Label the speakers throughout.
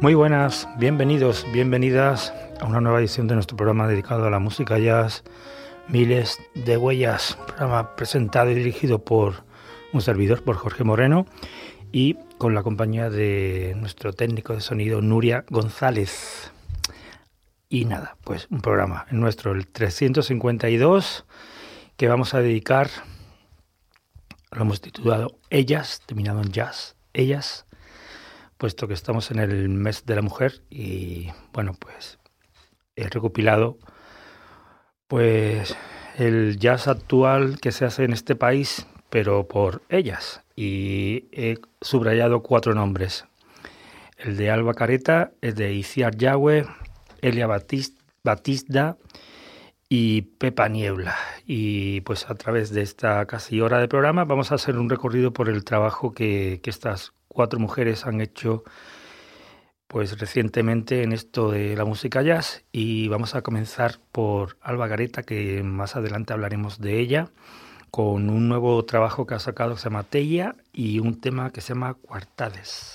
Speaker 1: Muy buenas, bienvenidos, bienvenidas a una nueva edición de nuestro programa dedicado a la música jazz, Miles de Huellas, programa presentado y dirigido por un servidor, por Jorge Moreno, y con la compañía de nuestro técnico de sonido, Nuria González. Y nada, pues un programa, el nuestro, el 352, que vamos a dedicar, lo hemos titulado Ellas, terminado en jazz, Ellas, puesto que estamos en el mes de la mujer y bueno, pues he recopilado pues el jazz actual que se hace en este país, pero por ellas, y he subrayado 4 nombres. El de Alba Careta, el de Iciar Yagüe, Elia Batista y Pepa Niebla. Y pues a través de esta casi hora de programa vamos a hacer un recorrido por el trabajo que estas 4 mujeres han hecho pues recientemente en esto de la música jazz, y vamos a comenzar por Alba Careta, que más adelante hablaremos de ella, con un nuevo trabajo que ha sacado que se llama Teia y un tema que se llama Cuartades.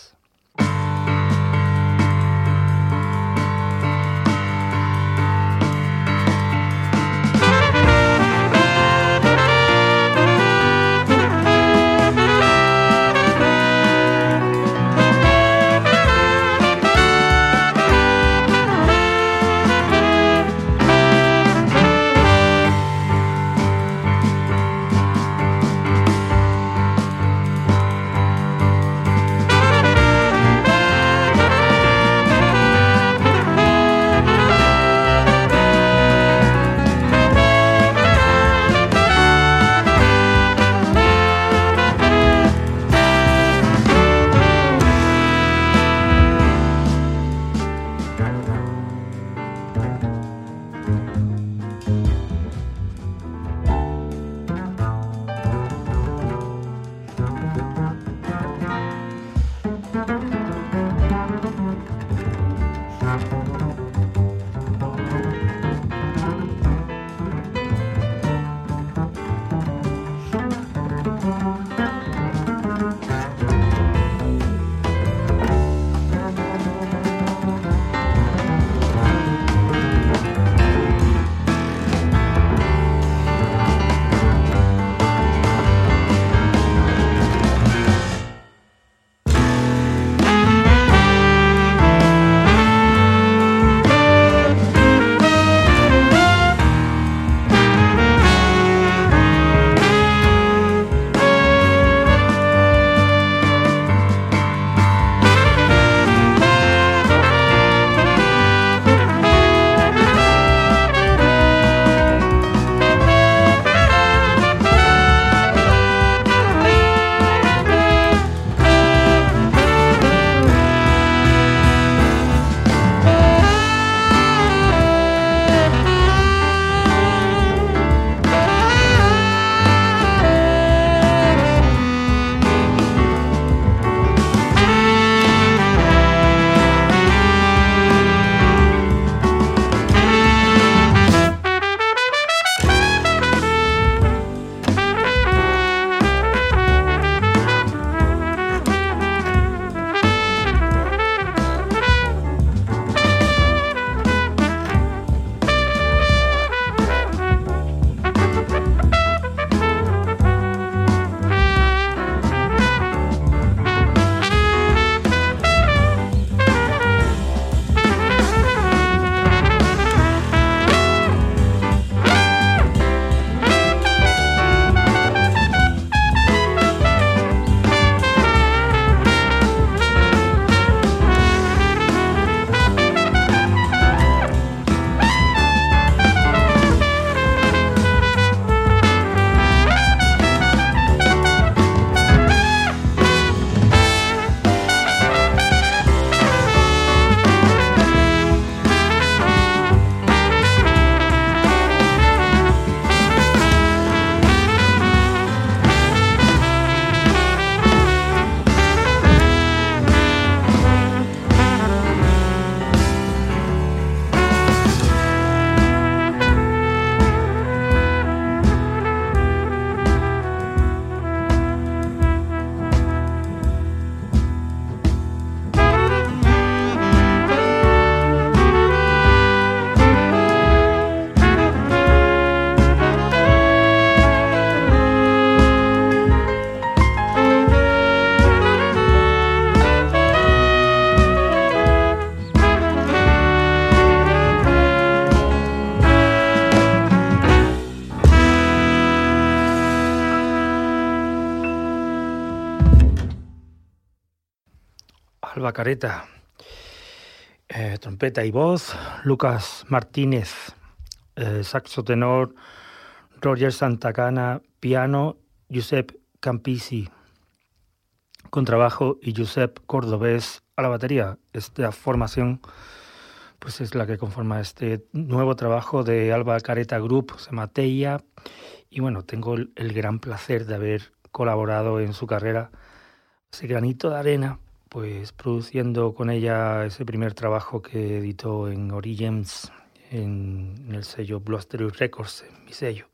Speaker 1: Alba Careta, trompeta y voz, Lucas Martínez, saxo tenor, Roger Santacana, piano, Josep Campisi, contrabajo y Josep Cordobés a la batería. Esta formación pues es la que conforma este nuevo trabajo de Alba Careta Group, se llama Teia, y bueno, tengo el gran placer de haber colaborado en su carrera, ese granito de arena, pues produciendo con ella ese primer trabajo que editó en Origins, en el sello Blue Asteroid Records, en mi sello.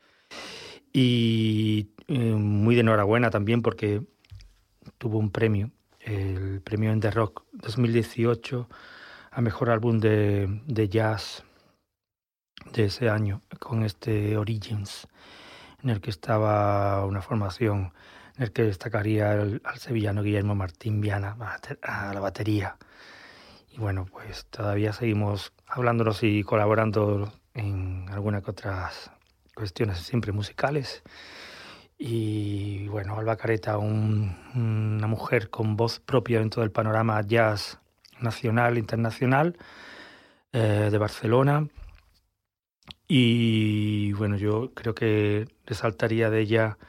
Speaker 1: Y muy de enhorabuena también porque tuvo un premio, el premio Indie Rock 2018 a mejor álbum de jazz de ese año, con este Origins, en el que estaba una formación en el que destacaría al sevillano Guillermo Martín Viana a la batería. Y bueno, pues todavía seguimos hablándonos y colaborando en algunas que otras cuestiones siempre musicales. Y bueno, Alba Careta, una mujer con voz propia dentro del panorama jazz nacional, internacional, de Barcelona. Y bueno, yo creo que resaltaría de ella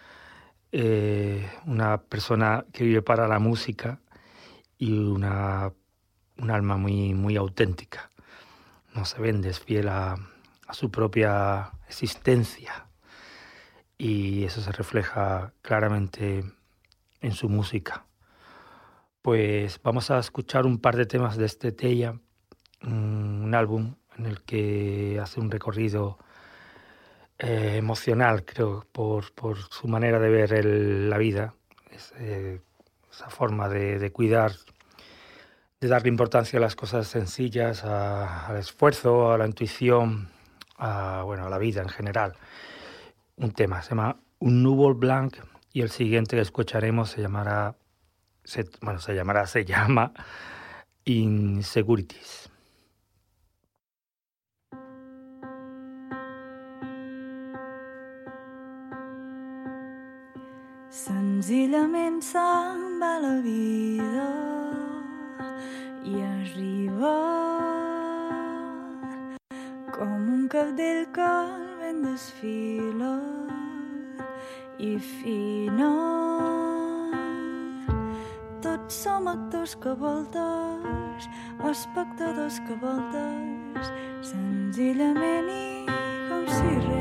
Speaker 1: una persona que vive para la música y un alma muy, muy auténtica. No se vende, es fiel a su propia existencia y eso se refleja claramente en su música. Pues vamos a escuchar un par de temas de este Teia, un álbum en el que hace un recorrido emocional, creo, por su manera de ver la vida, esa forma de cuidar, de darle importancia a las cosas sencillas, al esfuerzo, a la intuición, a la vida en general. Un tema se llama Un núvol blanc y el siguiente que escucharemos se llama Insecurities.
Speaker 2: Senzillament se'n va la vida i arriba com un cabdell que el vent desfila i fina. Tots som actors que voltes, espectadors que voltes, senzillament i com si res.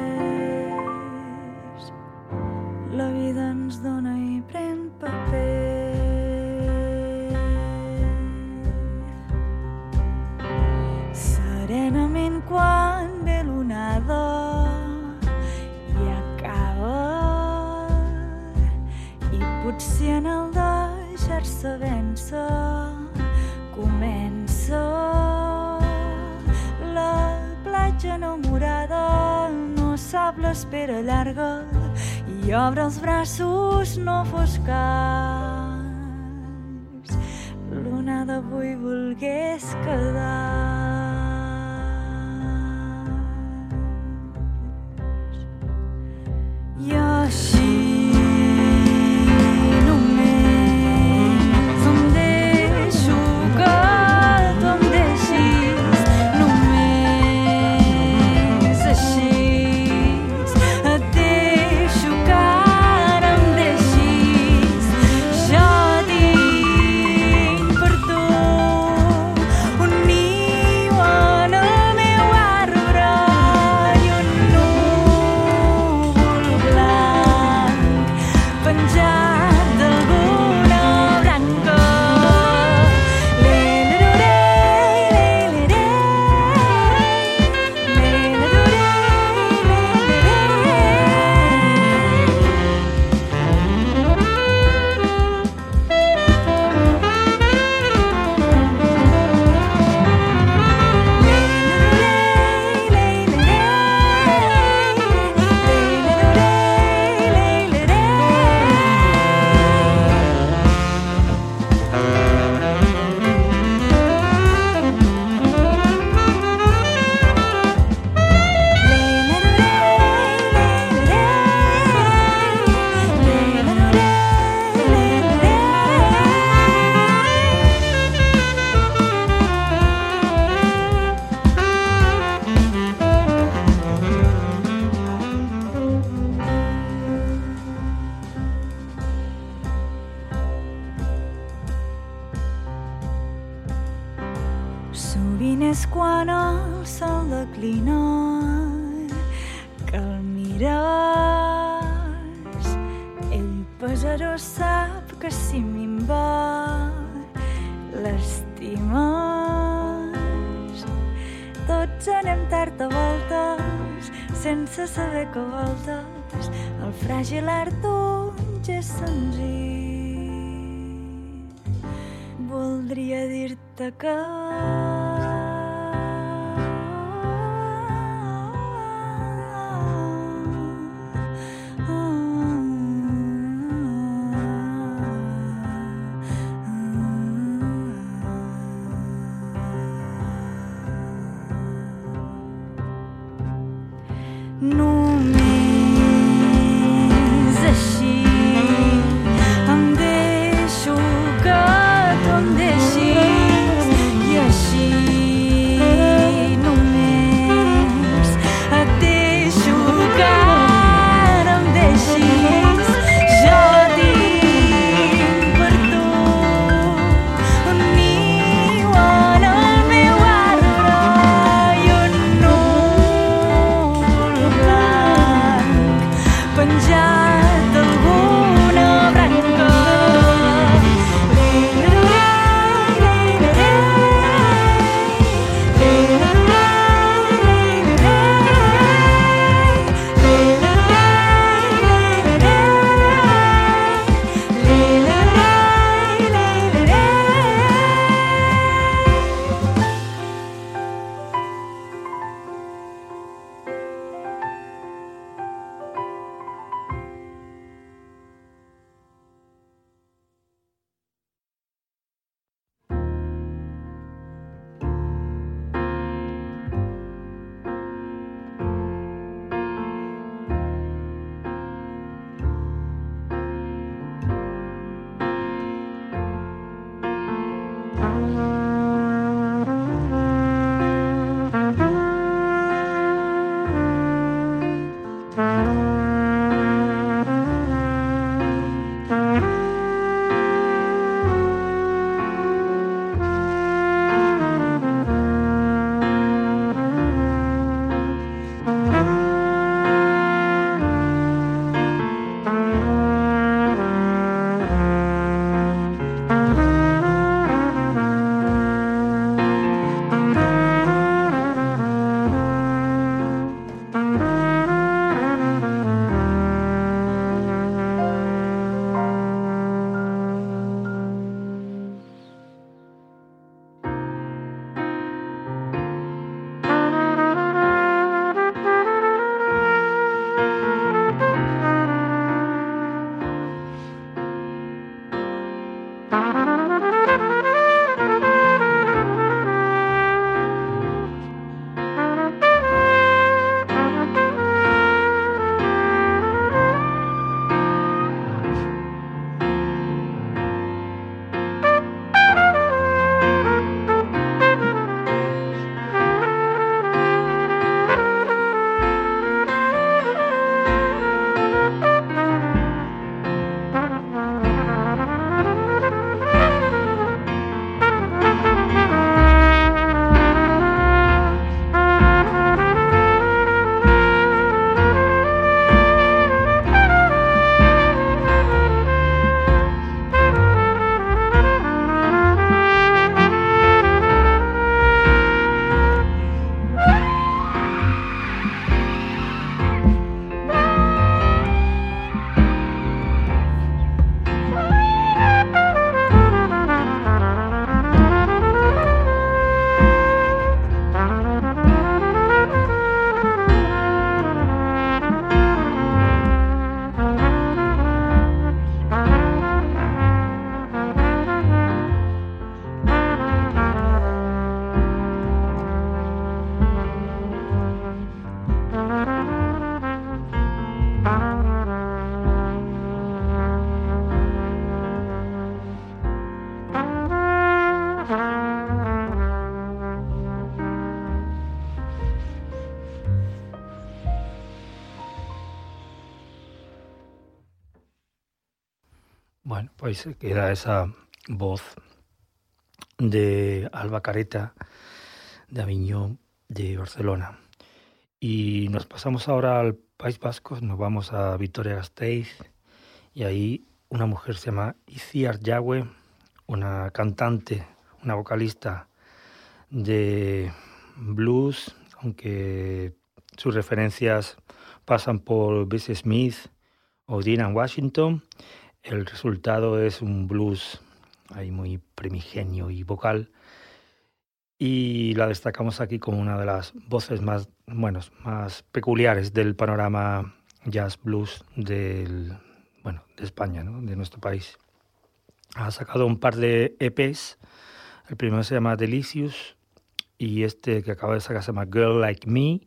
Speaker 2: La vida ens dona i pren paper. Serenament quan ve l'onada i acaba, i potser en el deixar-se vèncer comença la platja enamorada, no sap l'espera llarga i obre els braços, no fos cas l'onada avui volgués quedar. I així només em deixo que tu em deixis, només així et deixo que ara em deixis. Jo tinc per tu un niu en el meu arbre i un núvol blanc és quan el sol declina que el mires. Ell pesarós sap que si minva l'estimes. Tots anem tard a voltes sense saber que voltes el fràgil art d'un gest senzill. Voldria dir-te que només així em deixo que tu em deixis i així només et deixo que ara em deixis. Jo tinc per tu un niu en el meu arbre i un núvol blanc penjat d'alguna branca.
Speaker 1: Bueno, pues queda esa voz de Alba Careta de Aviñón de Barcelona. Y nos pasamos ahora al País Vasco, nos vamos a Vitoria-Gasteiz y ahí una mujer se llama Itziar Yagüe, una cantante, una vocalista de blues, aunque sus referencias pasan por Bessie Smith o Dinah Washington. El resultado es un blues ahí muy primigenio y vocal, y la destacamos aquí como una de las voces más peculiares del panorama jazz blues de España, ¿no? De nuestro país. Ha sacado un par de EPs. El primero se llama Delicious y este que acaba de sacar se llama Girl Like Me.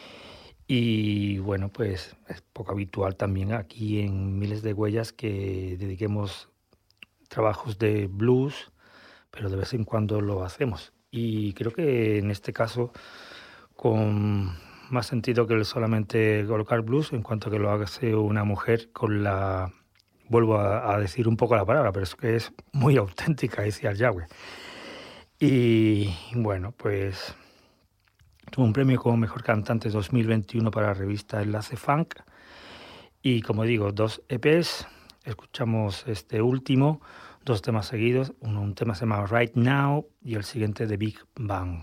Speaker 1: Y bueno, pues es poco habitual también aquí en Miles de Huellas que dediquemos trabajos de blues, pero de vez en cuando lo hacemos. Y creo que en este caso con más sentido que solamente colocar blues, en cuanto que lo hace una mujer con la... Vuelvo a decir un poco la palabra, pero es que es muy auténtica, Itziar Yagüe. Y bueno, pues tuvo un premio como Mejor Cantante 2021 para la revista Enlace Funk. Y como digo, 2 EPs. Escuchamos este último, 2 temas seguidos. Un tema se llama Right Now y el siguiente The Big Bang.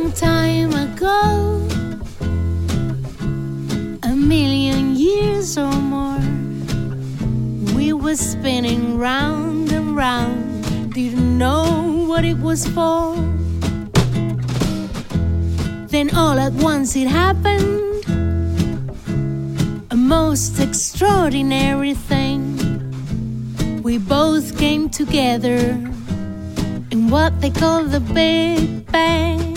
Speaker 3: long time ago, a million years or more, we were spinning round and round, didn't know what it was for. Then all at once it happened, a most extraordinary thing. We both came together in what they call the Big Bang.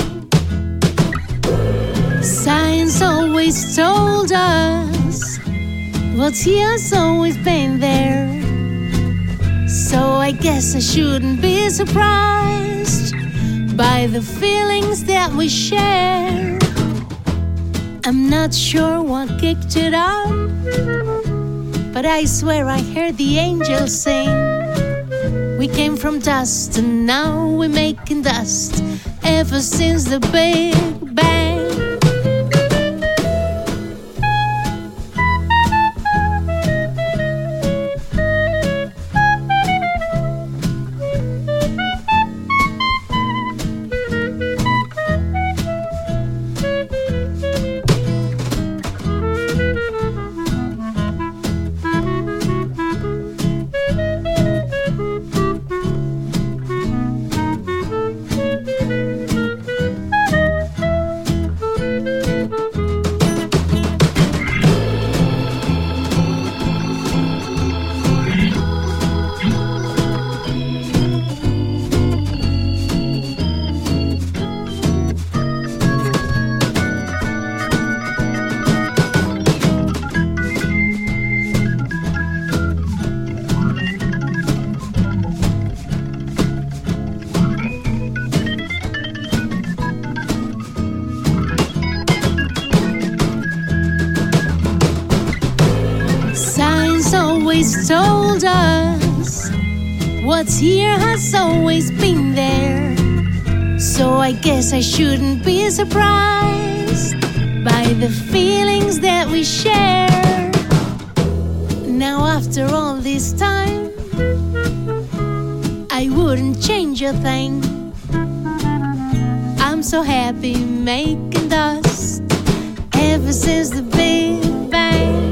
Speaker 3: Science always told us what's here's always been there. So I guess I shouldn't be surprised by the feelings that we share. I'm not sure what kicked it off, but I swear I heard the angels sing. We came from dust and now we're making dust ever since the Big Bang. Told us what's here has always been there. So I guess I shouldn't be surprised by the feelings that we share. Now after all this time, I wouldn't change a thing. I'm so happy making dust ever since the Big Bang.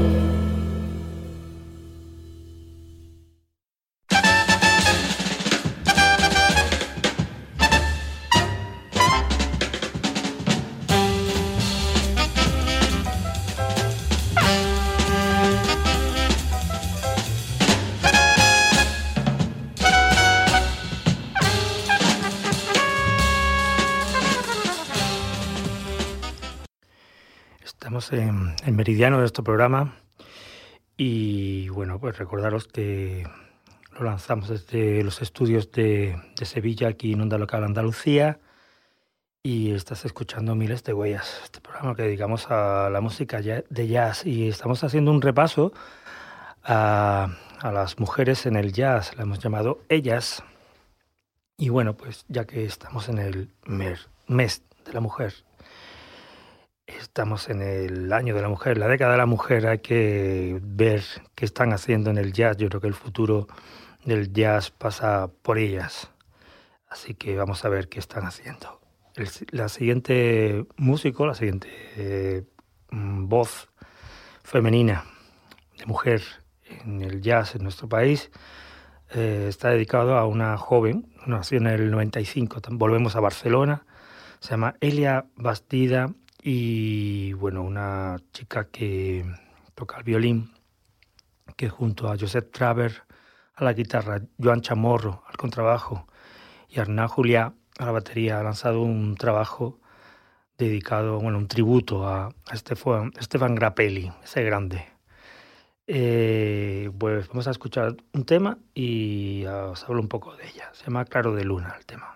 Speaker 1: Estamos en el meridiano de nuestro programa y bueno, pues recordaros que lo lanzamos desde los estudios de Sevilla, aquí en Onda Local Andalucía, y estás escuchando Miles de Huellas, este programa que dedicamos a la música de jazz, y estamos haciendo un repaso a las mujeres en el jazz, la hemos llamado Ellas, y bueno, pues ya que estamos en el mes de la mujer, estamos en el año de la mujer, la década de la mujer, hay que ver qué están haciendo en el jazz. Yo creo que el futuro del jazz pasa por ellas. Así que vamos a ver qué están haciendo. La siguiente músico, la siguiente voz femenina de mujer en el jazz en nuestro país está dedicado a una joven, nació en el 95, volvemos a Barcelona, se llama Elia Bastida. Y bueno, una chica que toca el violín, que junto a Josep Traver a la guitarra, Joan Chamorro al contrabajo y Arnau Julià a la batería, ha lanzado un trabajo dedicado, bueno, un tributo a Stefan Grappelli, ese grande. Pues vamos a escuchar un tema y os hablo un poco de ella. Se llama Claro de Luna el tema.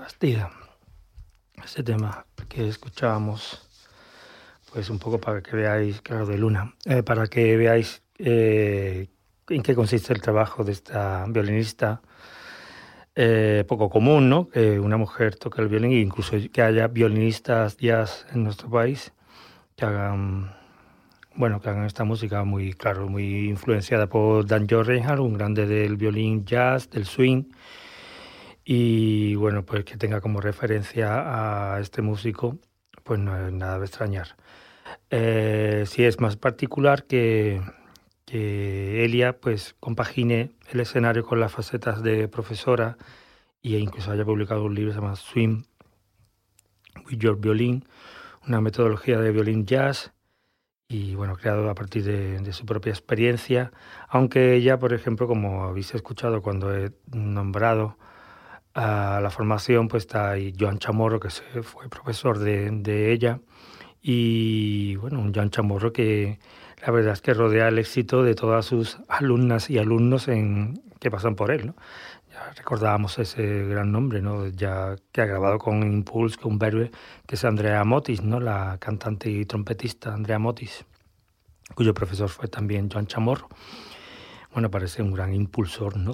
Speaker 1: Bastida. Este tema que escuchábamos, pues un poco para que veáis, claro, de Luna, para que veáis en qué consiste el trabajo de esta violinista. Poco común, ¿no? Que una mujer toque el violín, e incluso que haya violinistas jazz en nuestro país que hagan esta música muy, claro, muy influenciada por Django Reinhardt, un grande del violín jazz, del swing, y bueno, pues que tenga como referencia a este músico, pues no es nada de extrañar. Sí es más particular que Elia pues compagine el escenario con las facetas de profesora e incluso haya publicado un libro que se llama Swim with Your Violin, una metodología de violín jazz, y bueno, creado a partir de su propia experiencia, aunque ella, por ejemplo, como habéis escuchado cuando he nombrado a la formación, pues está ahí Joan Chamorro, que fue profesor de ella, y bueno, un Joan Chamorro que la verdad es que rodea el éxito de todas sus alumnas y alumnos que pasan por él, ¿no? Ya recordábamos ese gran nombre, ¿no? Ya que ha grabado con Impulse, con Verve, que es Andrea Motis, ¿no? La cantante y trompetista Andrea Motis, cuyo profesor fue también Joan Chamorro. Bueno, parece un gran impulsor, ¿no?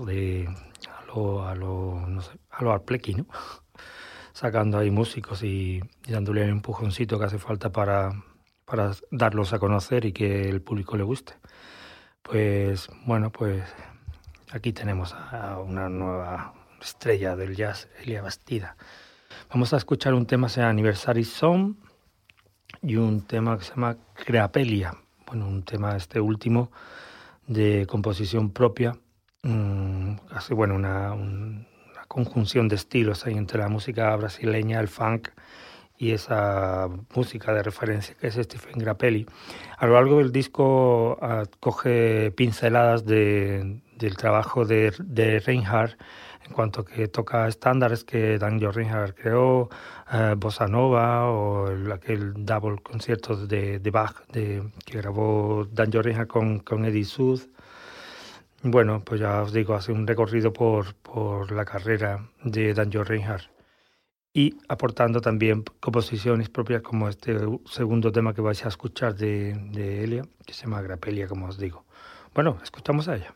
Speaker 1: A lo Arplequi, ¿no? Sacando ahí músicos y dándole el empujoncito que hace falta para darlos a conocer y que el público le guste. Pues bueno, pues aquí tenemos a una nueva estrella del jazz, Elia Bastida. Vamos a escuchar un tema, se llama Anniversary Song, y un tema que se llama Grapelia. Bueno, un tema último de composición propia, hace una conjunción de estilos ahí entre la música brasileña, el funk y esa música de referencia que es Stephen Grappelli. A lo largo del disco coge pinceladas del trabajo de Reinhardt, en cuanto que toca estándares que Django Reinhardt creó, Bossa Nova o aquel double concierto de Bach que grabó Django Reinhardt con Eddie Sud. Bueno, pues ya os digo, hace un recorrido por la carrera de Django Reinhardt, y aportando también composiciones propias como este segundo tema que vais a escuchar de Elia, que se llama Grapelia, como os digo. Bueno, escuchamos a ella.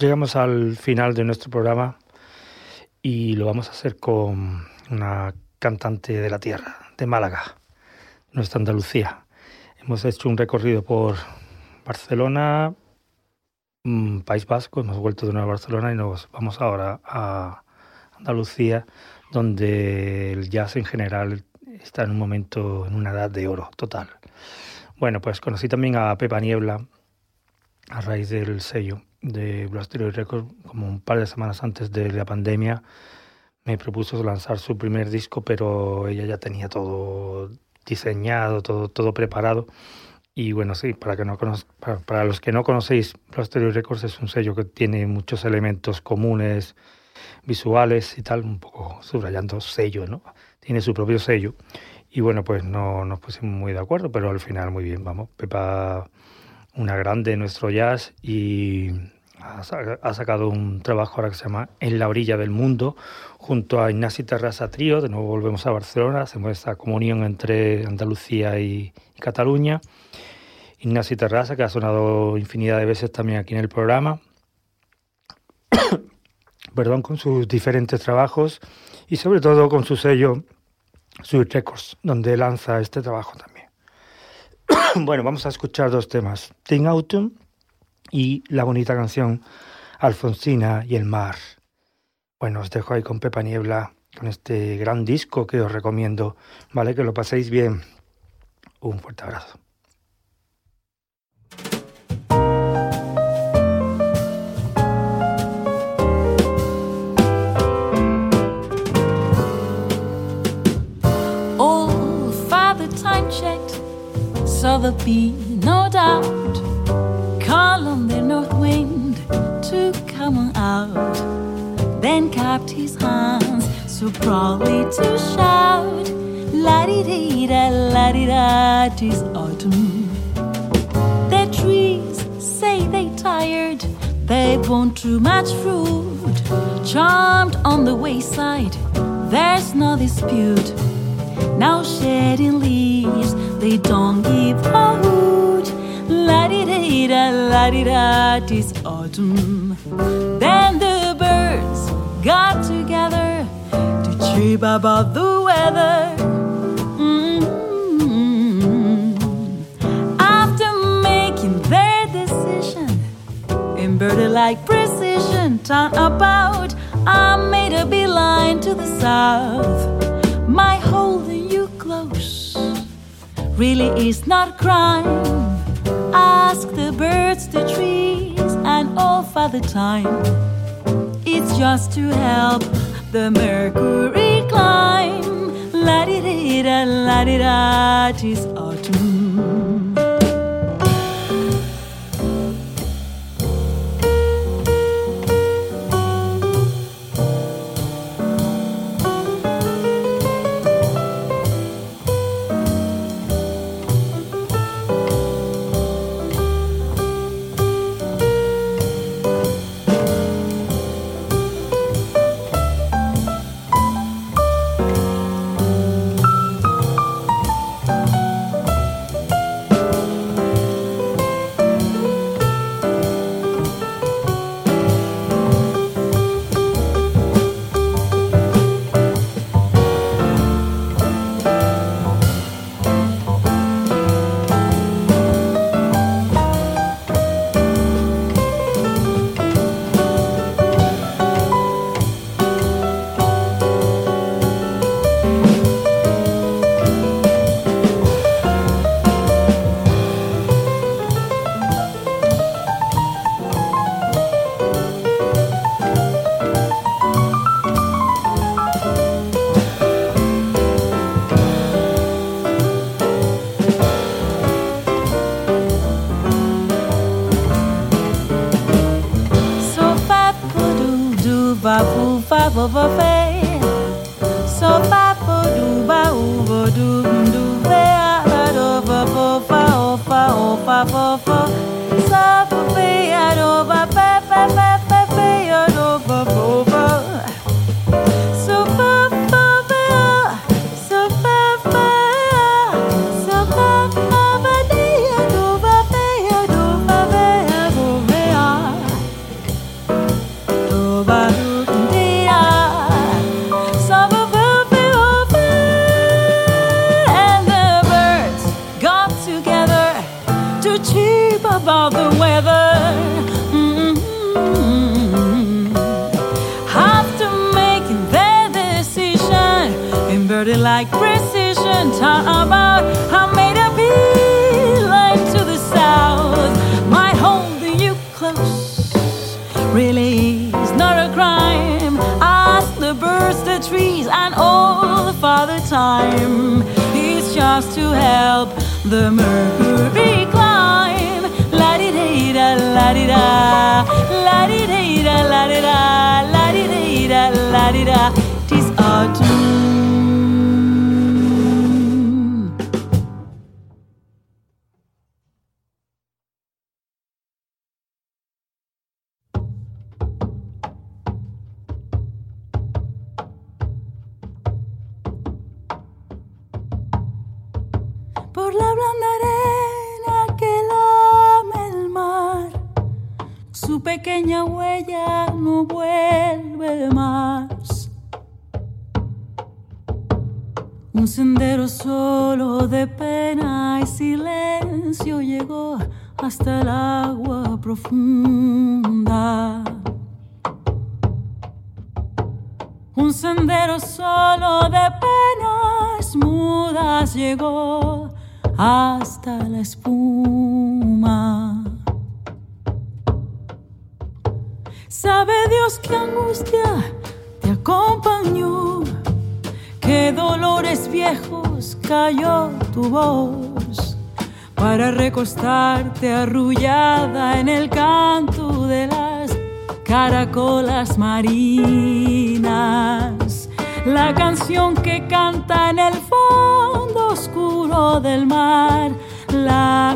Speaker 1: llegamos al final de nuestro programa y lo vamos a hacer con una cantante de la tierra, de Málaga, nuestra Andalucía. Hemos hecho un recorrido por Barcelona, País Vasco, hemos vuelto de nuevo a Barcelona y nos vamos ahora a Andalucía, donde el jazz en general está en un momento, en una edad de oro total. Bueno, pues conocí también a Pepa Niebla a raíz del sello de Blue Asteroid Records, como un par de semanas antes de la pandemia. Me propuso lanzar su primer disco, pero ella ya tenía todo diseñado, todo preparado. Y bueno, sí, para los que no conocéis, Blue Asteroid Records es un sello que tiene muchos elementos comunes, visuales y tal, un poco subrayando sello, ¿no? Tiene su propio sello. Y bueno, pues no nos pusimos muy de acuerdo, pero al final muy bien, vamos. Pepa, una grande de nuestro jazz, y ha sacado un trabajo ahora que se llama En la orilla del mundo, junto a Ignasi Terrassa Trío. De nuevo volvemos a Barcelona, hacemos esta comunión entre Andalucía y Cataluña. Ignasi Terrassa, que ha sonado infinidad de veces también aquí en el programa, perdón, con sus diferentes trabajos y sobre todo con su sello Sweet Records, donde lanza este trabajo también. Bueno, vamos a escuchar dos temas, Teen Autumn y la bonita canción Alfonsina y el mar. Bueno, os dejo ahí con Pepa Niebla, con este gran disco que os recomiendo, ¿vale? Que lo paséis bien. Un fuerte abrazo.
Speaker 4: So there'll be no doubt, call on the north wind to come out. Then clapped his hands so proudly to shout, la-di-da, 'tis autumn. The trees say they tired, they want too much fruit. Charmed on the wayside, there's no dispute. Now shedding leaves, they don't give a hoot. La-di-da, 'tis autumn. Then the birds got together to chirp about the weather. After making their decision, in bird-like precision, turn about, I made a beeline to the south. My holding you close really is not crime. Ask the birds, the trees, and all Father Time. It's just to help the mercury climb. La-di-da, 'tis autumn. cheap about the weather. After making their decision, inverted like precision, talk about I made a beeline to the south. My holding you close really is not a crime. Ask the birds, the trees, and all the Father Time. It's just to help the mercury climb. La-di-da, la-di-da, la-di-da, la-di-da, la-di-da, la-di-da. 'Tis autumn.
Speaker 2: Por la blanda arena que lame el mar,
Speaker 4: su pequeña huella no vuelve más. Un sendero solo de pena y silencio llegó hasta el agua profunda. Un sendero solo de penas mudas llegó hasta la espuma. Sabe Dios qué angustia te acompañó, qué dolores viejos cayó tu voz para recostarte arrullada en el canto de las caracolas marinas. La canción que canta en el fondo oscuro del mar, la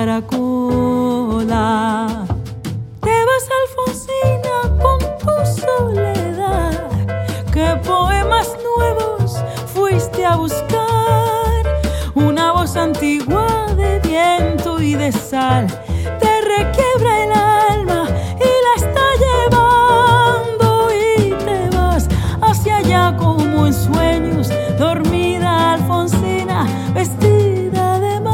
Speaker 4: caracola. Te vas, Alfonsina, con tu soledad. ¿Qué poemas nuevos fuiste a buscar? Una voz antigua de viento y de sal te requiebra el alma y la está llevando, y te vas hacia allá como en sueños, dormida Alfonsina, vestida de mar.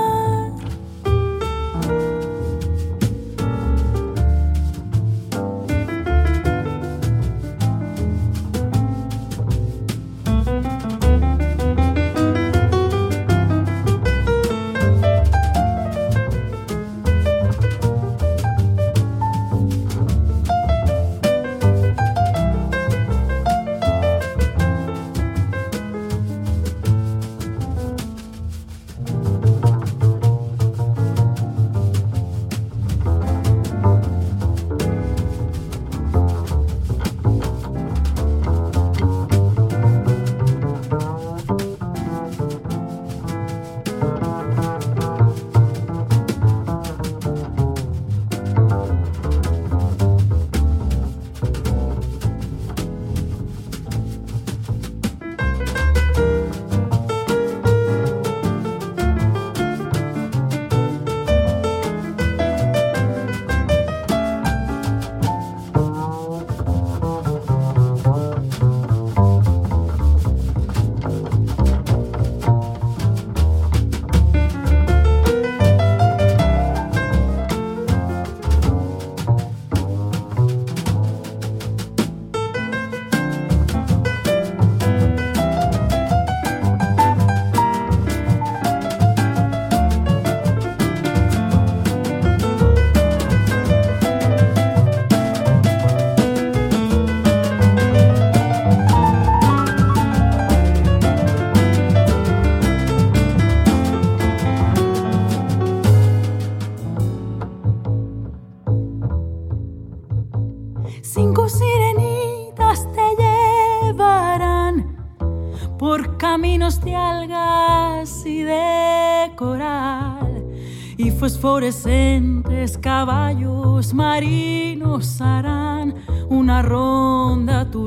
Speaker 4: caminos de algas y de coral, y fosforescentes caballos marinos harán una ronda a tu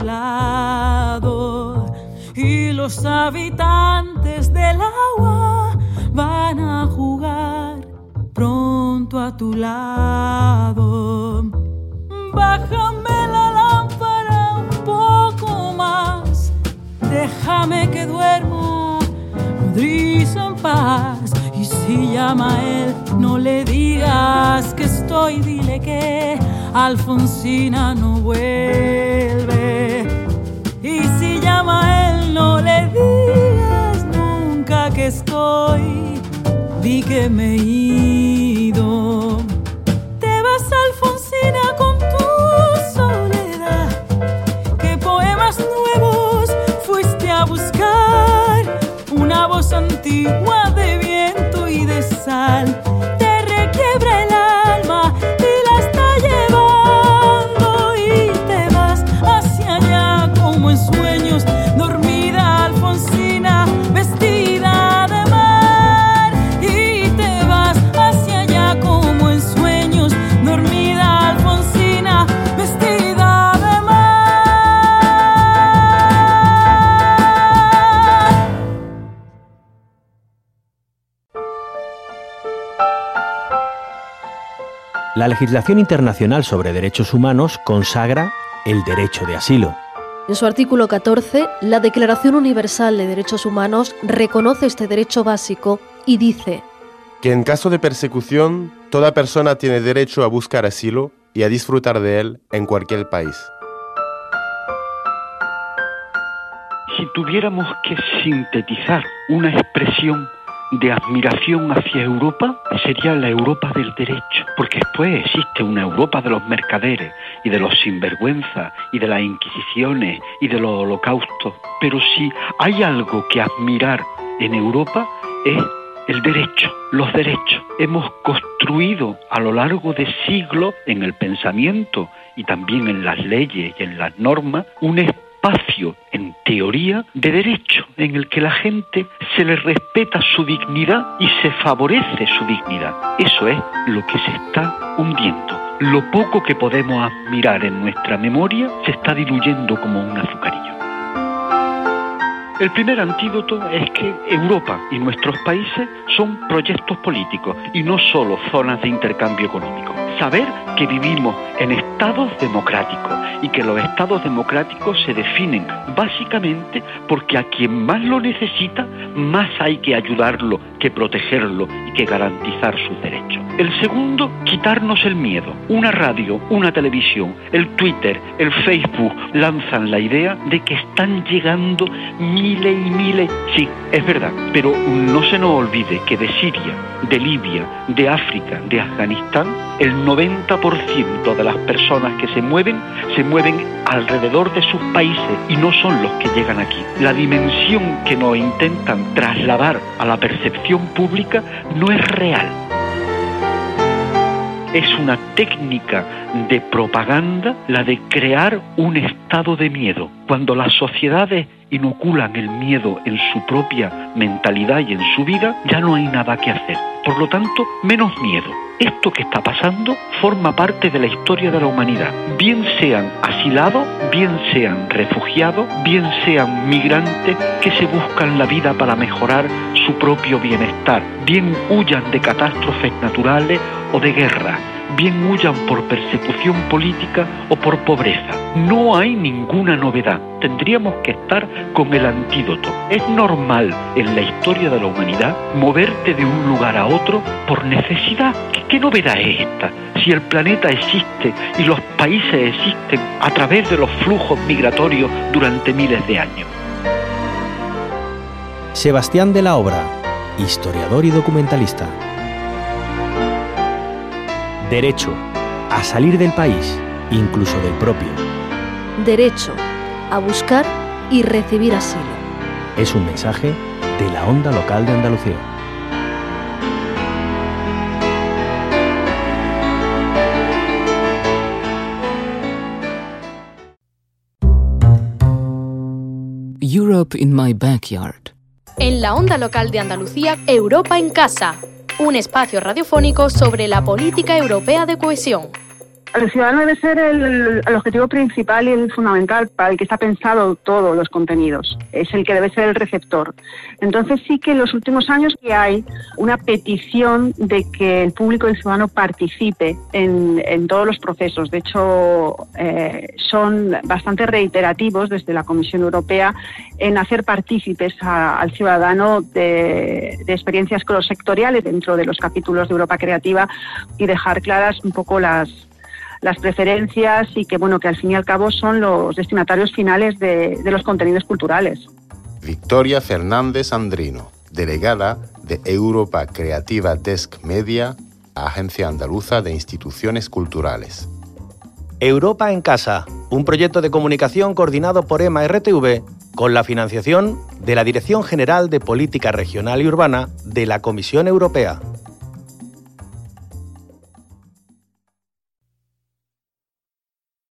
Speaker 4: lado, y los habitantes del agua van a jugar pronto a tu lado. Bájame la lámpara un poco más, déjame que duerma nodriza en paz, y si llama a él, no le digas que estoy, dile que Alfonsina no vuelve. Y si llama a él, no le digas nunca que estoy, di que me he ido. Te vas, Alfonsina, con tu soledad. ¿Qué poemas nuevos fuiste a buscar? Una voz antigua de viento y de sal te requiebra el alma y la está llevando, y te vas hacia allá como en sueños, dormida Alfonsina, vestida de mar. Y te vas hacia allá como en sueños, dormida Alfonsina, vestida de mar.
Speaker 5: La legislación internacional sobre derechos humanos consagra el derecho de asilo.
Speaker 6: En su artículo 14, la Declaración Universal de Derechos Humanos reconoce este derecho básico y dice
Speaker 7: que en caso de persecución, toda persona tiene derecho a buscar asilo y a disfrutar de él en cualquier país.
Speaker 8: Si tuviéramos que sintetizar una expresión de admiración hacia Europa, sería la Europa del derecho, porque después existe una Europa de los mercaderes y de los sinvergüenzas y de las inquisiciones y de los holocaustos, pero si hay algo que admirar en Europa es el derecho, los derechos. Hemos construido a lo largo de siglos en el pensamiento y también en las leyes y en las normas un espacio, en teoría, de derecho, en el que la gente se le respeta su dignidad y se favorece su dignidad. Eso es lo que se está hundiendo. Lo poco que podemos admirar en nuestra memoria se está diluyendo como un azucarillo. El primer antídoto es que Europa y nuestros países son proyectos políticos y no solo zonas de intercambio económico. Saber que vivimos en estados democráticos y que los estados democráticos se definen básicamente porque a quien más lo necesita, más hay que ayudarlo, que protegerlo y que garantizar sus derechos. El segundo, quitarnos el miedo. Una radio, una televisión, el Twitter, el Facebook lanzan la idea de que están llegando miles y miles. Sí, es verdad, pero no se nos olvide que de Siria, de Libia, de África, de Afganistán, el 90% de las personas que se mueven alrededor de sus países y no son los que llegan aquí. La dimensión que nos intentan trasladar a la percepción pública no es real. Es una técnica de propaganda la de crear un estado de miedo. Cuando las sociedades inoculan el miedo en su propia mentalidad y en su vida, ya no hay nada que hacer. Por lo tanto, menos miedo. Esto que está pasando forma parte de la historia de la humanidad. Bien sean asilados, bien sean refugiados, bien sean migrantes que se buscan la vida para mejorar su propio bienestar, bien huyan de catástrofes naturales o de guerra, bien huyan por persecución política o por pobreza. No hay ninguna novedad. Tendríamos que estar con el antídoto. Es normal en la historia de la humanidad moverte de un lugar a otro por necesidad. ¿Qué novedad es esta? Si el planeta existe y los países existen a través de los flujos migratorios durante miles de años.
Speaker 5: Sebastián de la Obra, historiador y documentalista. Derecho a salir del país, incluso del propio.
Speaker 6: Derecho a buscar y recibir asilo.
Speaker 5: Es un mensaje de la Onda Local de Andalucía.
Speaker 9: Europe in my backyard.
Speaker 10: En la Onda Local de Andalucía, Europa en casa. Un espacio radiofónico sobre la política europea de cohesión.
Speaker 11: El ciudadano debe ser el objetivo principal y el fundamental para el que está pensado todos los contenidos. Es el que debe ser el receptor. Entonces sí que en los últimos años que hay una petición de que el público y el ciudadano participe en todos los procesos. De hecho, son bastante reiterativos desde la Comisión Europea en hacer partícipes al ciudadano de experiencias cross-sectoriales dentro de los capítulos de Europa Creativa y dejar claras un poco las preferencias y que al fin y al cabo son los destinatarios finales de los contenidos culturales.
Speaker 7: Victoria Fernández Andrino, delegada de Europa Creativa Desk Media, Agencia Andaluza de Instituciones Culturales.
Speaker 5: Europa en Casa, un proyecto de comunicación coordinado por EMA-RTV con la financiación de la Dirección General de Política Regional y Urbana de la Comisión Europea.